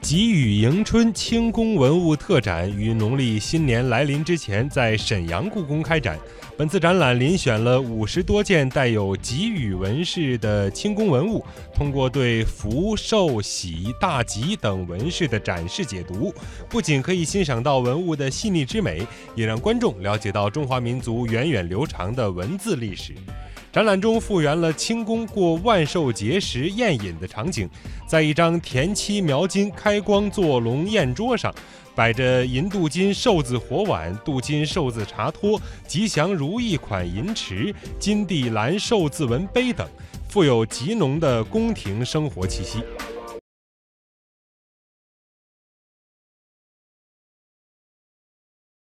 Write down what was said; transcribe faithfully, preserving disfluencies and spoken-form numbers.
吉雨迎春清宫文物特展于农历新年来临之前在沈阳故宫开展。本次展览遴选了五十多件带有吉雨纹饰的清宫文物，通过对福、寿、喜、大吉等纹饰的展示解读，不仅可以欣赏到文物的细腻之美，也让观众了解到中华民族源远流长的文字历史。展览中复原了清宫过万寿节时宴饮的场景，在一张田七描金开光坐龙宴桌上，摆着银镀金寿字火碗、镀金寿字茶托、吉祥如意款银池、金地蓝寿字纹杯等，富有极浓的宫廷生活气息。